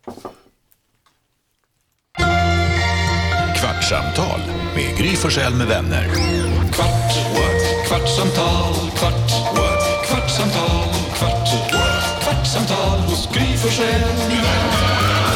Kvartsamtal med Gry Forssell med vänner. Kvart, what? Kvartsamtal, kvart, what? Kvartsamtal, kvart, what? Kvartsamtal hos Gry Forssell med vänner.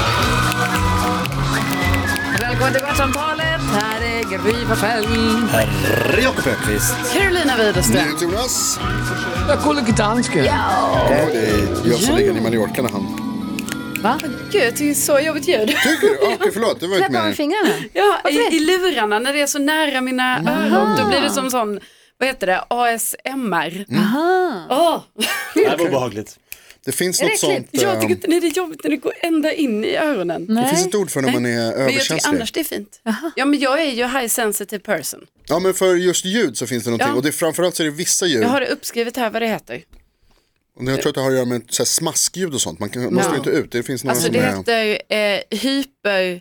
Välkommen till Kvartsamtalet. Här är Gry Forssell. Herre Jakob Öqvist. Carolina Widerström. Jonas. Jag kollar gitarrska. Ja. Det är jag som ligger i Mallorca när han... Va? Gud, jag tycker det är så jobbigt ljud. Tycker du? Okej, förlåt. Det var inte Släppa med mer. fingrarna. Ja, i lurarna när det är så nära mina öron. Då blir det som sån, vad heter det, ASMR. Aha. Det här var behagligt. Det finns något sånt... Jag tycker inte det är jobbigt när det går ända in i öronen. Det finns ett ord för när man är Men jag tycker överkänslig. annars det är fint. Ja, men jag är ju high sensitive person. Ja, men för just ljud så finns det någonting. Ja. Och det är framförallt så är det vissa ljud. Jag har det uppskrivet här vad det heter. Och jag tror att det har att göra med så här smaskljud och sånt. Man måste ju inte ut. Det finns några Alltså som det är... heter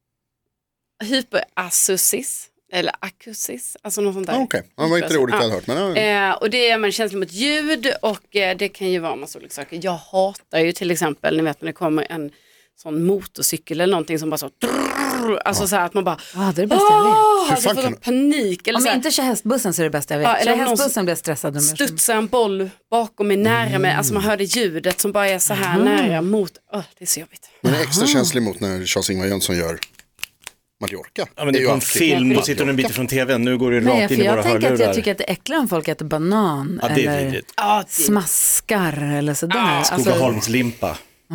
hyperacusis. Eller akusis, alltså något sånt där. Okej, det var inte det ordet jag hade hört. Men, Och det är man känslig mot ljud och det kan ju vara massa olika saker. Jag hatar ju till exempel, ni vet när det kommer en sån motorcykel eller någonting som bara så alltså så här att man bara Det är det bästa jag vet. alltså får panik eller Om så jag här, inte kör hästbussen så är det bästa jag vet. Ja, Kör eller om någon hästbussen blir jag stressad. När jag kör. studsar en boll bakom mig nära mig, alltså man hör det ljudet som bara är så här nära mot, det är så jobbigt. men är extra känslig mot när Charles-Ingvar Jönsson gör Mallorca. Ja, men det är på en film och sitter en bit från tvn. Nu går det Nej, rakt för in i våra jag tänker att hörlurar. jag tycker att det är äckligare om folk äter banan Ja, det är eller vidrigt. smaskar eller sådär. Skogaholmslimpa.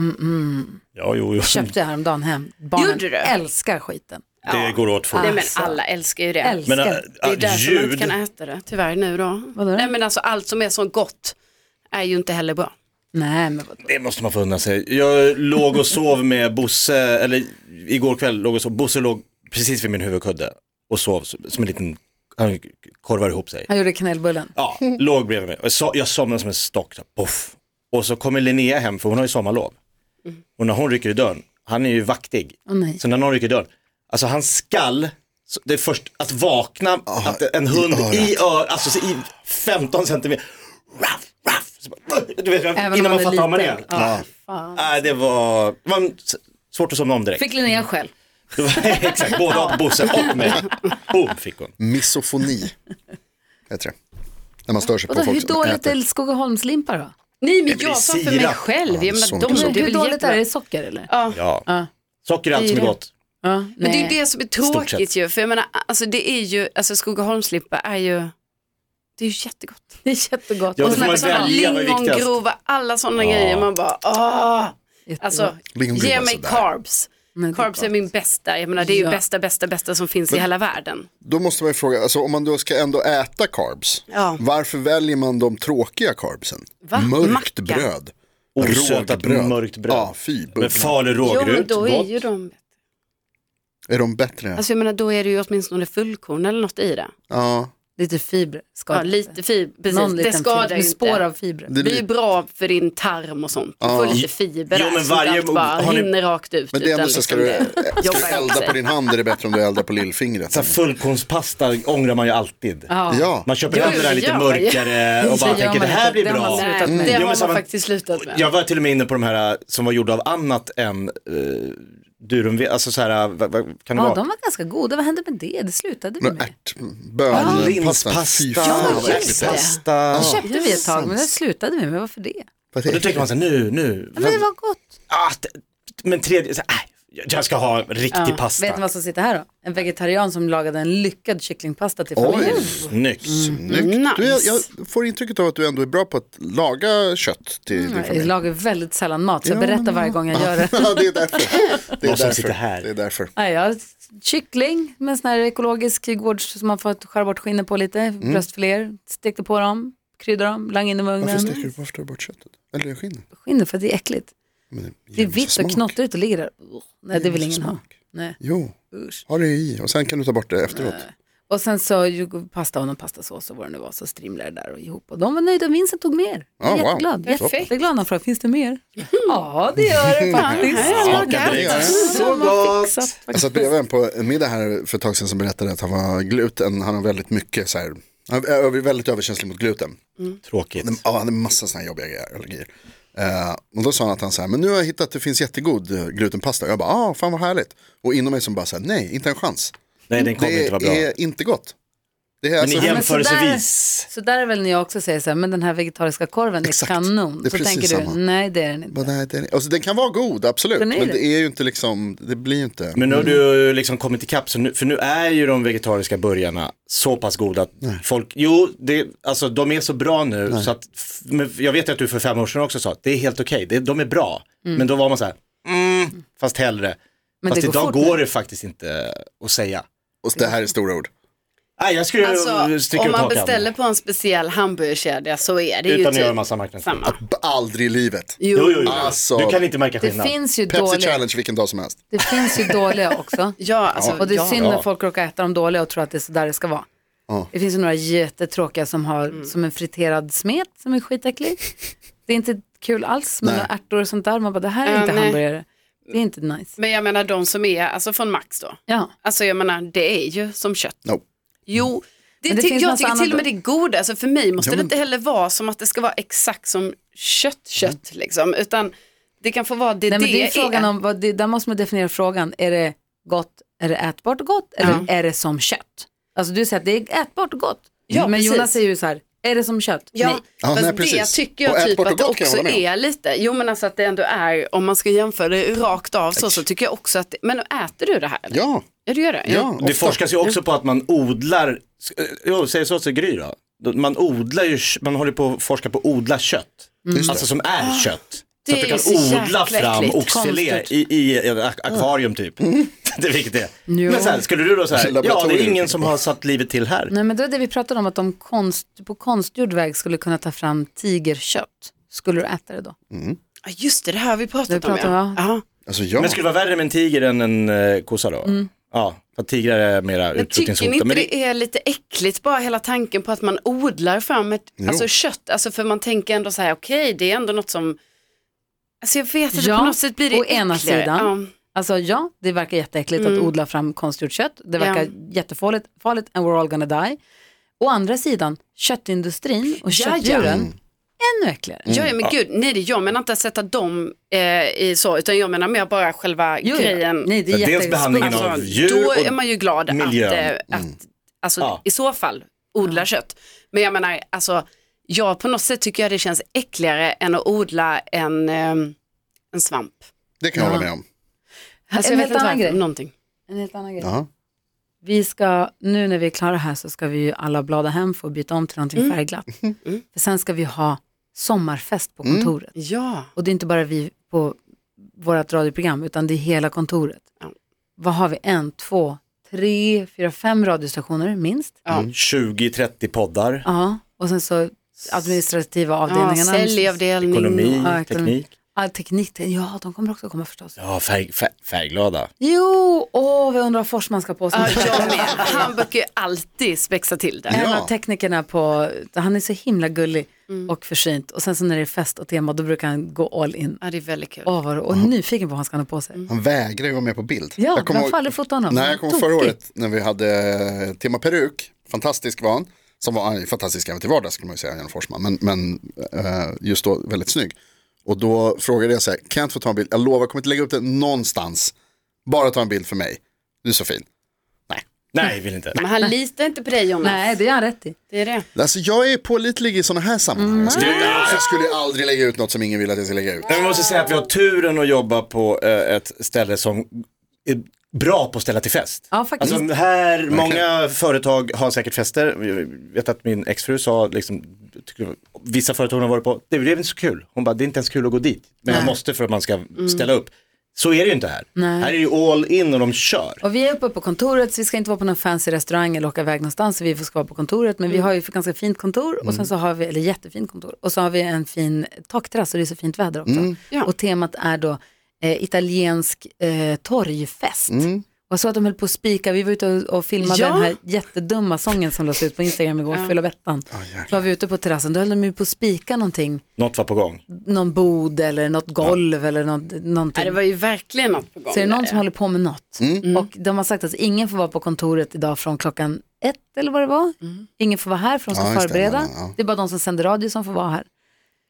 Ja, jo. Köpte jag häromdagen hem. Barnen Gjorde du? älskar skiten. Det går åt fort. Nej men alla älskar ju det. Älskar. Men Det är därför man inte ljud. kan äta det, tyvärr nu då. Vadå då? Nej men alltså allt som är så gott är ju inte heller bra. Nej, men vadå? Det måste man få undan sig. Jag låg och sov med Bosse, eller igår kväll låg och sov. Bosse låg precis vid min huvudkudde och sov som en liten, han korvar ihop sig. Han gjorde knällbullen. Ja, låg bredvid mig. Jag somnade som en stock, så, puff. Och så kommer Linnea hem, för hon har ju sommarlov. Och när hon rycker i dörren, han är ju vaktig. Nej. Så när någon rycker i dörren, alltså han skall, det är först att vakna, att en hund i alltså så i 15 centimeter, ruff, ruff, så bara, du vet, Även innan om man man är fattar vad man liten. är. Ja. Det var svårt att somna om direkt. Fick Linnea själv. Det var, exakt, både Bosse och mig. Boom, fick hon. Misofoni. Heter det. När man stör sig på Vadå, folk hur som dåligt äter. är Skogaholmslimpa då? Nej men blir jag sa för mig sirap. själv, jag så menar mycket de, det är Hur väl dåligt är jättebra. det? Socker eller? Ja. Socker är allt som är det. gott. Ja. Men det är ju det som är Stort tråkigt sett. ju, för jag menar, alltså det är ju, alltså Skogaholmslimpa är ju, det är ju jättegott. Det är jättegott. Ja, Och då så får man här- välja vad är viktigast. Lingongrova, alla sådana grejer, man bara, alltså Lingongrova ge är mig sådär. carbs. Men det är Carbs är gott. min bästa, jag menar det är ju Ja. bästa som finns i hela världen. Då måste man ju fråga, alltså om man då ska ändå äta carbs, Ja. varför väljer man de tråkiga carbsen? Va? Mörkt Macka? bröd. Osötat Rågbröd. mörkt bröd. Ja, fy. Men bubblan. falu Jo men rågrut, då är gott. ju de, Är de bättre? alltså jag menar då är det ju åtminstone fullkorn eller något i det. Ja. Lite fibrer. Ja, lite fiber, precis. Någon Det liten skadar fiber. ju Med spår inte. av fibrer. Det Det är blir, ju bra för din tarm och sånt. Du får lite fiber Jo, där men som varje- inte bara har ni- rinner rakt ut. men det är ändå utan så, ska liksom du det jobbar ihop elda sig. på din hand är det bättre om du eldar på lillfingret. Så här fullkornspasta ångrar man ju alltid. Ja. Man köper Jo, hem det där det lite gör man ju. mörkare och bara Det gör tänker det man här inte. blir Det har man bra. slutat med. Det Jo, har men man så man- faktiskt slutat med. Jag var till och med inne på de här som var gjorda av annat än durum, alltså så här, vad kan det Ja, vara? de var ganska goda. Vad hände med det? Det slutade vi Någon med. bönpasta. Linspasta, Fy fan vad äckligt. just det. pasta. Det köpte vi ett tag, men det slutade vi med. Varför det? Vad Och då tänker man så här, nu. Men det var gott. Men tredje, så här, jag ska ha riktig pasta. Vet ni vad som sitter här då? En vegetarian som lagade en lyckad kycklingpasta till Oj. familjen. Snyggt. Snyggt. Nice. Du, jag får intrycket av att du ändå är bra på att laga kött till din Jag familj. lagar väldigt sällan mat, så jag berättar varje gång jag gör det. Ja, det är därför. Det är Vad som därför. sitter här. Det är därför. Nej, jag har kyckling med sån här ekologisk gård som man får skära bort skinnet på lite. Bröstfiléer, stekte på dem, krydda dem, lang in i Varför ugnen. varför tar du bort köttet? Eller skinnet? Skinnet för att det är äckligt. Men Det är vitt och knottrigt och ligger där. Nej, det vill ingen ha. Nej. Jo, Usch. ha det i och sen kan du ta bort det efteråt. Och sen så pasta och någon pastasås och vad det nu var, så strimlade det där och ihop. Och de var nöjda, Vincent tog mer. Jag är wow. jätteglad. Perfekt. Jätteglad när frågade, finns det mer? Ja, det gör det faktiskt. Smakar direkt. Så gott. Jag satt bredvid en på en middag här för ett tag sedan som berättade att han var gluten. Han har väldigt mycket så här, han är väldigt överkänslig mot gluten. Tråkigt. Ja, han har massa såna här jobbiga allergier. Och då sa han att han så här, men nu har jag hittat att det finns jättegod glutenpasta. Jag bara, fan vad härligt. Och inom mig som bara så här, nej, inte en chans. Nej, den kommer inte vara bra. Det är inte gott. Det är Men alltså, i jämförelsevis. Så där är väl när jag också säger så här, men den här vegetariska korven Exakt. är kanon. Det är så precis tänker du, samma. nej det är den inte. men nej, alltså, den kan vara god, absolut. Den är Men det. det är ju inte liksom, det blir ju inte. Men nu har du liksom kommit ikapp, så nu, för nu är ju de vegetariska burgarna så pass goda att folk, alltså de är så bra nu så att, men jag vet att du för 5 år sedan också sa att det är helt okej, de är bra. Men då var man så här, fast hellre. Men Fast det går idag fort går nu. det faktiskt inte att säga. Och det här är stora ord. Nej, jag skulle Alltså, sticka om ut man hakan. beställer på en speciell hamburgerkedja så är det ju Utan att göra typ massa marknadsföring. samma. Aldrig i livet. Jo. Alltså, Du kan inte märka Det skillnad. finns ju Pepsi dåliga. Challenge vilken dag som helst. Det finns ju dåliga också. Ja, alltså, Och det är synd Ja. när folk råkar äta de dåliga och tror att det är så där det ska vara. Ja. Det finns ju några jättetråkiga som har som en friterad smet som är skitäcklig. Det är inte kul alls med Nej. några ärtor och sånt där. Man bara, det här är inte nej. hamburgare. Det är inte nice. Men jag menar de som är, alltså från Max då. Ja. Alltså jag menar, det är ju som kött. No. Jo, Men det finns jag massa tycker till annat och med det är goda. Alltså för mig måste Ja, det men- inte heller vara som att det ska vara exakt som kött liksom. Utan det kan få vara Nej, men det är frågan om, där måste man definiera frågan. Är det gott, är det ätbart och gott eller är det som kött? Alltså du säger att det är ätbart och gott. Ja, men precis. Jonas säger ju så här, är det som kött? Ja, Nej. Ja, fast nej, det precis. tycker jag Och typ ätbart och att det gott kan jag också hålla med om. är lite. Jo men alltså att det ändå är, om man ska jämföra det rakt av så tycker jag också att, men äter du det här? Eller? Ja, Ja, du gör det? ja. Det ofta. forskas ju också på att man odlar, säger så till Gry då. Man odlar ju, man håller på att forska på att odla kött. Alltså som är kött. det Så att är du kan så jäkla odla fram äckligt. oxfilé Konstigt. i ett akvarium typ. Det är vilket det är. Jo. Men så här, skulle du då säga, ja det Laboratorium. är ingen som har satt livet till här. Nej, men då är det vi pratade om att de på konstgjord väg skulle kunna ta fram tigerkött. Skulle du äta det då? Ja, just det här har vi pratat Det om. pratar vi om. Ja. Alltså ja. Men skulle det vara värre med en tiger än en kossa då? Ja, för tigrar är mera Men tycker ni utrotningshotade. inte Men det är lite äckligt bara hela tanken på att man odlar fram ett alltså kött? Alltså för man tänker ändå så här, okej, det är ändå något som, alltså jag vet inte, Ja, på något sätt blir det å ena äckligare. sidan. Alltså ja, det verkar jätteäckligt att odla fram konstgjort kött. Det verkar jättefarligt farligt, and we're all gonna die. Å andra sidan, köttindustrin och Ja, ja. köttdjuren, ännu äckligare. Ja, men gud, nej det jag menar inte att sätta dem i så, utan jag menar mer bara själva Jo, grejen. Nej, det är Dels behandlingen Alltså, av djur Då och är man ju glad att, miljön. alltså Ja. i så fall odla kött. Men jag menar, alltså, jag på något sätt tycker jag det känns äckligare än att odla en svamp. Det kan jag hålla med om. Alltså, En jag helt vet inte annan varför, grej. någonting. En helt annan grej. Ja. Vi ska, nu när vi är klara här så ska vi ju alla blada hem för att byta om till någonting färgglatt. För sen ska vi ha sommarfest på kontoret. Ja. Och det är inte bara vi på vårt radioprogram utan det är hela kontoret. Ja. Vad har vi? 1, 2, 3, 4, 5 radiostationer minst. 20-30 poddar, Ja, och sen så administrativa Ja, avdelningarna. säljavdelning. ekonomi, Ja, teknik. Ja, teknik, ja de kommer också komma förstås. Ja, färgglada. Jo, vi undrar vad Forsman ska på sig. Ja, jag med. Han brukar ju alltid spexa till det. En Ja. av teknikerna på, han är så himla gullig och försynt. Och sen så när det är fest och tema då brukar han gå all in. Ja, det är väldigt kul. Och nyfiken på vad han ska ha på sig. Han vägrar ju vara med på bild. Ja, kommer man får aldrig fota honom. Nej, jag kommer Tokig. förra året när vi hade tema peruk, fantastisk var han, som var fantastisk även till vardags skulle man ju säga, Jan Forsman, men just då väldigt snygg. Och då frågade jag så här, kan jag inte få ta en bild? Jag lovar, jag kommer inte lägga upp det någonstans. Bara ta en bild för mig. Du är så fin. Nej, vill inte. Men han litar inte på dig, Jonas. Nej, det är han rätt i. Det är det. Alltså jag är pålitlig i sådana här sammanhang. Jag skulle aldrig lägga ut något som ingen vill att jag ska lägga ut. Jag måste säga att vi har turen att jobba på ett ställe som är bra på att ställa till fest. Ja, faktiskt. Alltså här, många företag har säkert fester. Jag vet att min exfru sa, liksom, vissa företag har varit på, det är inte så kul. Hon bara, det är inte ens kul att gå dit. Men jag måste för att man ska ställa upp. Så är det ju inte här. Nej. Här är ju all in och de kör. Och vi är uppe på kontoret så vi ska inte vara på någon fancy restaurang eller åka iväg någonstans så vi ska vara på kontoret. Men vi har ju ett ganska fint kontor och sen så har vi, eller jättefint kontor. Och så har vi en fin takterrass och det är så fint väder också. Ja. Och temat är då italiensk torgfest. Och så att de höll på att spika, vi var ute och filmade Ja. den här jättedumma sången som lades ut på Instagram igår, Fylla Bettan. Så var vi ute på terrassen, då höll de ju på att spika någonting, Något var på gång. någon bod eller något golv eller någonting. Ja, det var ju verkligen något på gång. Så är det någon där, som håller på med något. Och de har sagt att ingen får vara på kontoret idag från klockan 1 eller vad det var. Ingen får vara här för de ska Ja, just det. förbereda. Ja. Det är bara de som sänder radio som får vara här.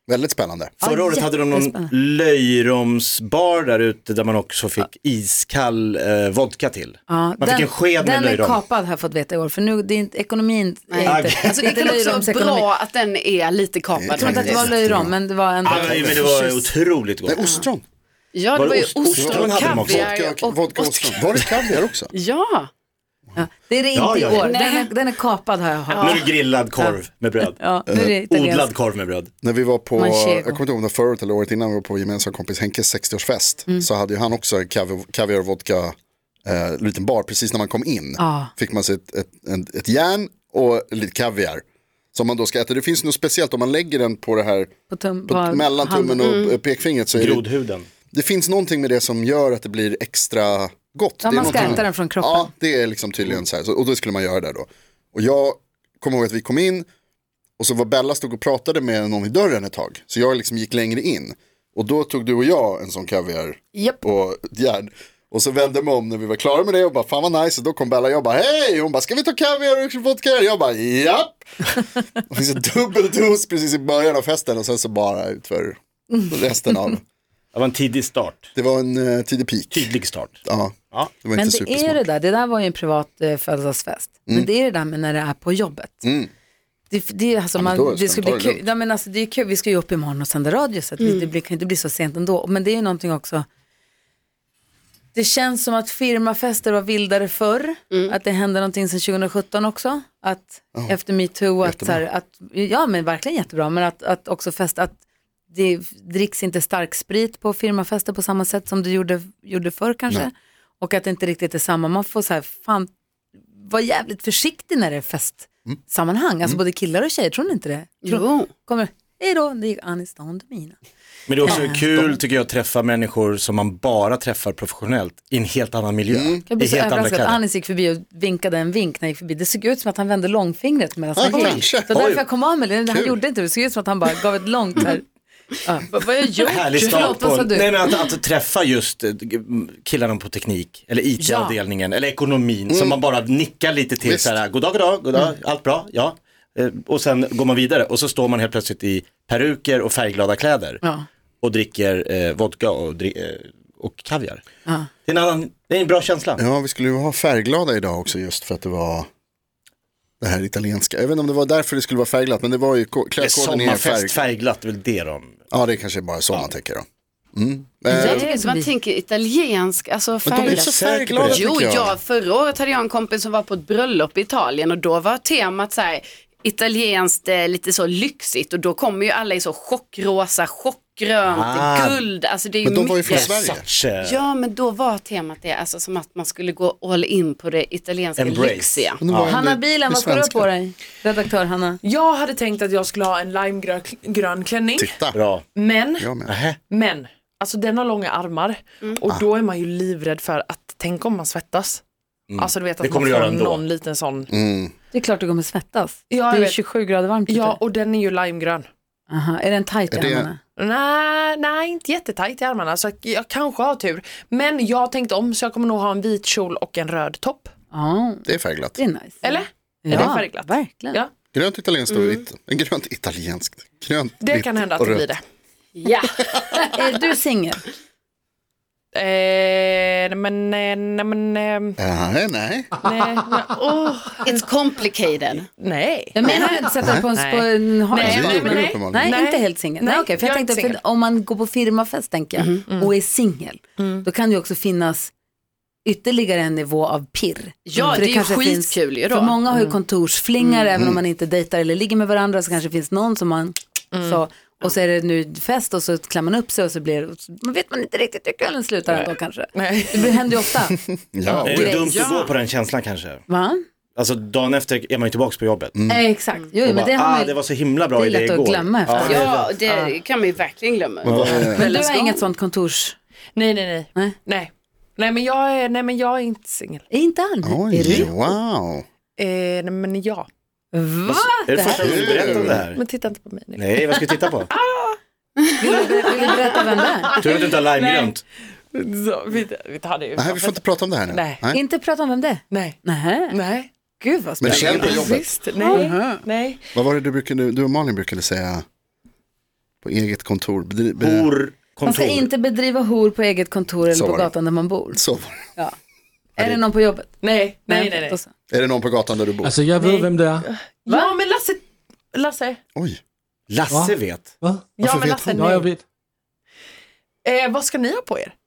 Väldigt spännande. Förra året hade de någon löjromsbar där ute där man också fick iskall vodka till. Ja, man fick en sked med löjrom. Den är kapad har jag fått veta i år, för nu det är inte, ekonomin är inte, Alltså det är också bra att den är lite kapad. Jag tror inte att det var löjrom, men det var ändå... Men det var otroligt gott. Nej, ostron. Ja, det var ju ostron, hade de också. kaviar Vodka ostron. Var det kaviar också? Ja. Ja, det är det inte i år. Den är kapad har jag hört. Nu är det grillad korv med bröd. Ja, nu är det italienskt. Odlad korv med bröd. När vi var på, Manchego. jag kommer inte ihåg om det var förut eller året innan vi var på gemensam kompis Henkes 60-årsfest. Så hade ju han också kaviar och vodka, liten bar precis när man kom in. Fick man sig ett järn och lite kaviar. Som man då ska äta. Det finns något speciellt om man lägger den på det här på mellan tummen och pekfingret. Så är grodhuden. Det finns någonting med det som gör att det blir extra gott. Ja, det är man ska äta den från kroppen. Ja, det är liksom tydligen så här. Och då skulle man göra det då. Och jag kommer ihåg att vi kom in och så var Bella stod och pratade med någon i dörren ett tag. Så jag liksom gick längre in. Och då tog du och jag en sån kaviar och järn. Och så vände jag mig om när vi var klara med det och bara, fan vad nice. Och då kom Bella och jag bara, hej! Hon bara, ska vi ta kaviar och vodka? Jag bara, japp! Det finns en dubbeldos precis i början av festen och sen så bara utför resten av. Det var en tidig start. Det var en tidig peak. Tydlig start. Ja. Det var Men inte det är det där var ju en privat födelsedagsfest. Men det är det där med när det är på jobbet. Det är alltså, det ska bli kul. Ja, men alltså, det är kul. Vi ska ju upp imorgon och sända radio så att det kan inte bli så sent ändå. Men det är ju någonting också. Det känns som att firmafester var vildare förr. Att det hände någonting sedan 2017 också. Att efter MeToo ja men verkligen jättebra. Men att också festa, att det dricks inte stark sprit på firmafester på samma sätt som det gjorde förr kanske. Nej. Och att det inte riktigt är samma. Man får så här, fan, vara jävligt försiktig när det är festsammanhang. Alltså både killar och tjejer, tror ni inte det? Jo. Kommer, hej då, det gick Anis och mina. Men det är också kul tycker jag att träffa människor som man bara träffar professionellt i en helt annan miljö. Jag blir så överraskad att Anis gick förbi och vinkade en vink när jag gick förbi. Det såg ut som att han vände långfingret medan han gick. Så därför jag kom av med det. Han gjorde inte det. Det såg ut som att han bara gav ett långt här. Vad jag gjort? Härlig start på. Nej, men att träffa just killarna på teknik eller IT-avdelningen eller ekonomin som man bara nickar lite till så här, god dag, allt bra, ja. Och sen går man vidare och så står man helt plötsligt i peruker och färgglada kläder och dricker vodka och kaviar. Det är en bra känsla. Ja, vi skulle ju ha färgglada idag också just för att det var det här italienska. Jag vet inte om det var därför det skulle vara färgglatt, men det var ju klädkoden är färgglatt, det är väl det de... Ja, det är kanske bara så man tänker då. Jag tycker att man tänker italiensk, alltså färgglatt. Men de är så färgglada. Jo, förra året hade jag en kompis som var på ett bröllop i Italien och då var temat så här italienskt, lite så lyxigt och då kommer ju alla i så chockrosa, chockgrönt, guld, alltså det är ju men de mycket. var ju från Sverige. Ja, men då var temat det, alltså som att man skulle gå all in på det italienska lyxiga. Hanna Bilen, vad ska du på dig? Redaktör Hanna. Jag hade tänkt att jag skulle ha en limegrön klänning. Titta. Bra. Men, alltså den har långa armar och då är man ju livrädd för att tänk om man svettas. Alltså du vet att man får någon liten sån. Det är klart du kommer svettas. Ja, det är 27 grader varmt. Ja, och den är ju limegrön. Aha, är den tajt i armarna? Nej, inte jättetajt i armarna. Så jag kanske har tur. Men jag tänkte om så jag kommer nog ha en vit kjol och en röd topp. Det är färgglatt. Det är nice. Eller? Ja, är det färgglatt? Verkligen. Ja. Grönt italienskt och vitt. Grönt italienskt. Grönt, det kan hända att det blir det. Ja. Är du singel? Nej. It's complicated. Nej. Jag menar inte sätta på Nej, inte helt singel. Nej, okej, för jag tänkte för om man går på firmafest tänker jag och är singel, då kan det också finnas ytterligare en nivå av pirr. Ja, det är ju skitkul ju då. För många har ju kontorsflingar även om man inte dejtar eller ligger med varandra, så kanske finns någon som man så. Och så är det nu fest och så klär man upp sig och så blir man vet man inte riktigt hur kvällen slutar då kanske. Nej. Det händer ju ofta. Det är dumt att gå på den känslan kanske. Va? Alltså dagen efter är man ju tillbaka på jobbet. Exakt. Jo, men det var så himla bra idé igår. Det är lätt att glömma efter. Ja, det kan man ju verkligen glömma. Men du har inget sånt kontors... Nej, men jag är inte singel. Inte alls? Är du? Wow. Nej, men ja. Va? Är det första gången du berättar om det här? Men titta inte på mig nu. Nej, vad ska vi titta på? Vill du berätta vem det är? Tror du att du inte har limegrönt? Vi tar det ju. Nej, vi får inte prata om det här nu. Nej. Inte prata om vem det är? Nej. Gud vad spännande. Men känd på jobbet? Visst, nej. Vad var det du och Malin brukade säga På eget kontor. Man ska inte bedriva hor på eget kontor eller på gatan där man bor. Så. Ja. Är det någon på jobbet? Nej. Är det någon på gatan där du bor? Alltså jag vet vem det är. Ja, men Lasse. Oj. Lasse vet. Va? Ja, men Lasse, ja, jag vet. Vad ska ni ha på er?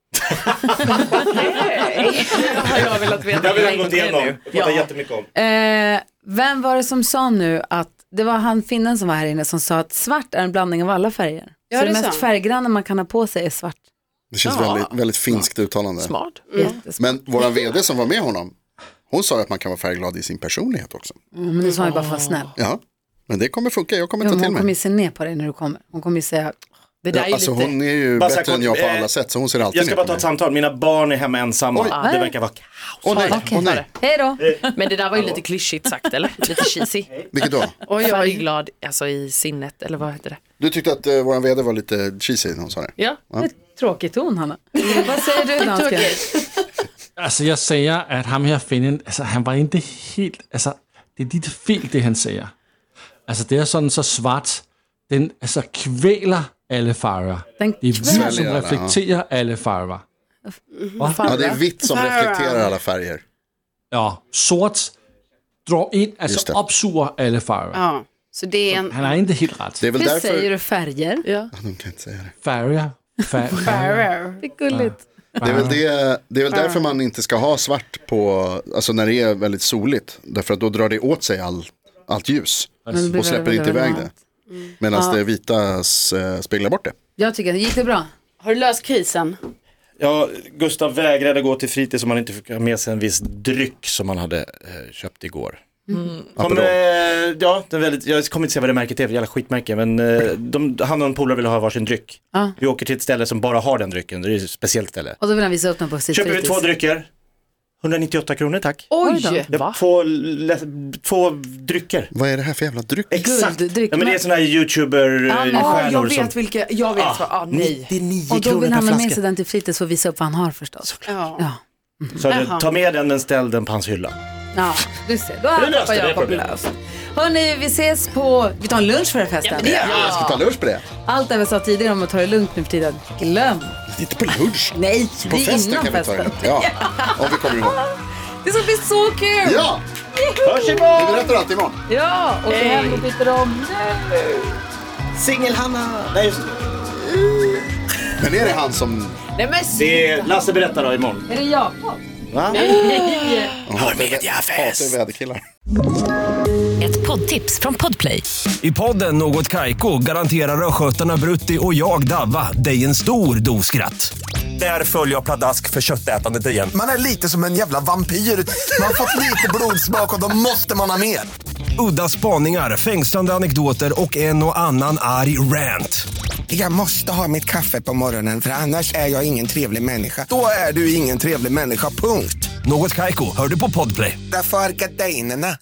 Jag har velat veta. Jag vill ha gått igenom. Pratar jättemycket om. Vem var det som sa nu att det var han finnen som var här inne som sa att svart är en blandning av alla färger. Ja, så det mest färggranna man kan ha på sig är svart. Det känns väldigt finskt uttalande. Smart. Men våran vd som var med honom, hon sa att man kan vara färgglad i sin personlighet också. Men det sa han bara för att vara snäll. Ja, men det kommer funka. Jag kommer ta till mig. Hon kommer ju se ner på dig när du kommer. Hon kommer ju säga... Alltså hon är ju bättre än jag på alla sätt, så hon ser alltid. Jag ska bara ta ett samtal, mina barn är hemma ensamma. Det verkar vara kaos. Nej. Hej då. Men det där var ju lite klyschigt sagt, eller? Lite cheesy. Vilket då? Och jag är glad alltså, i sinnet, eller vad heter det? Du tyckte att våran vd var lite cheesy när hon sa det? Ja. Tråkig ton, Hanna. Vad säger du, dansken? Alltså jag säger att han här finnen, alltså han var inte helt, alltså det är lite fel det han säger. Alltså det är sådan så svart, den alltså kväler alla färger. Det är vitt som reflekterar alla färger. Ja, det är vitt som reflekterar alla färger. Ja, sort drar in, alltså uppsuger alla färger. Ja, så det är Han är inte helt rätt. Det är väl Hur därför... säger du färger? Ja. De kan inte säga det. Färger. Det är gulligt. Det är väl därför man inte ska ha svart på, alltså när det är väldigt soligt. Därför att då drar det åt sig allt ljus och släpper inte iväg det. Medan det vita speglar bort det. Jag tycker, gick det bra? Har du löst krisen? Ja, Gustav vägrade gå till fritids som han inte fick ha med sig en viss dryck som han hade köpt igår. Jag kommer inte säga vad det märket är, för jävla skitmärke, men han och en polare vill ha varsin dryck. Vi åker till ett ställe som bara har den drycken, det är ett speciellt ställe. Och då vill han visa upp den på sitt köper vi fritids. 2 drycker, 198 kronor tack. Oj! Två drycker. Vad är det här för jävla dryck? Exakt. Gulddryck. Ja, men det är såna här YouTuber-stjärnor Jag vet som... vilka, jag vet vad, nej. 99 Och då kronor vill per han ha med flaska. sig den till fritids för att visa upp vad han har förstås. Ja. Så ta med den, men ställ den på hans hylla. Ja, du ser. Då har löste det Jakob problemet. löst. Hörrni, vi ses på... Vi tar en lunch för festen. Jag ska ta lunch på det. Allt det vi sa tidigare om att ta det lugnt nu för tiden. Glöm. Det är inte på lunch. Nej, På det är festen innan kan vi ta festen. det. Ja, om vi kommer ihåg. Det ska bli så kul. Ja, Hörs imorgon! vi berättar allt imorgon. Ja, och så hem och byter om. Singel-Hanna! Nej, just det. Men är det han som... Nej men Det är Lasse berättar då imorgon. Är det Jakob? Va? Hatar väderkillar. Ett poddtips från Podplay. I podden Något Kaiko garanterar röskötarna Brutti och jag Davva dig en stor doskratt. Där följer jag pladask för köttätandet igen. Man är lite som en jävla vampyr. Man har fått lite blodsmak och då måste man ha mer. Udda spaningar, fängslande anekdoter och en och annan arg rant. Jag måste ha mitt kaffe på morgonen för annars är jag ingen trevlig människa. Då är du ingen trevlig människa, punkt. Något Kaiko, hör du på Podplay. Därför är gardinerna.